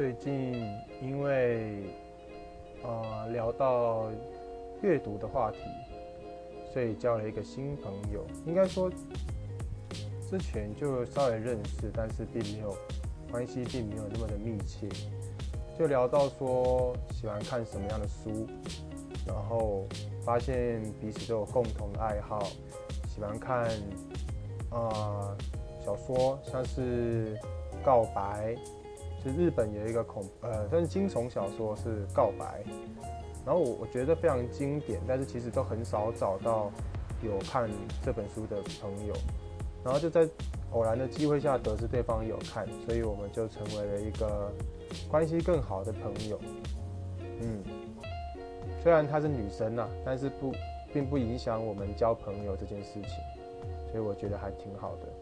最近因为聊到阅读的话题，所以交了一个新朋友。应该说之前就稍微认识，但是关系并没有那么的密切。就聊到说喜欢看什么样的书，然后发现彼此都有共同的爱好，喜欢看小说，像是告白，就日本有一个算是惊悚小说是告白，然后我觉得非常经典，但是其实都很少找到有看这本书的朋友，然后就在偶然的机会下得知对方有看，所以我们就成为了一个关系更好的朋友。虽然她是女生啊，但是并不影响我们交朋友这件事情，所以我觉得还挺好的。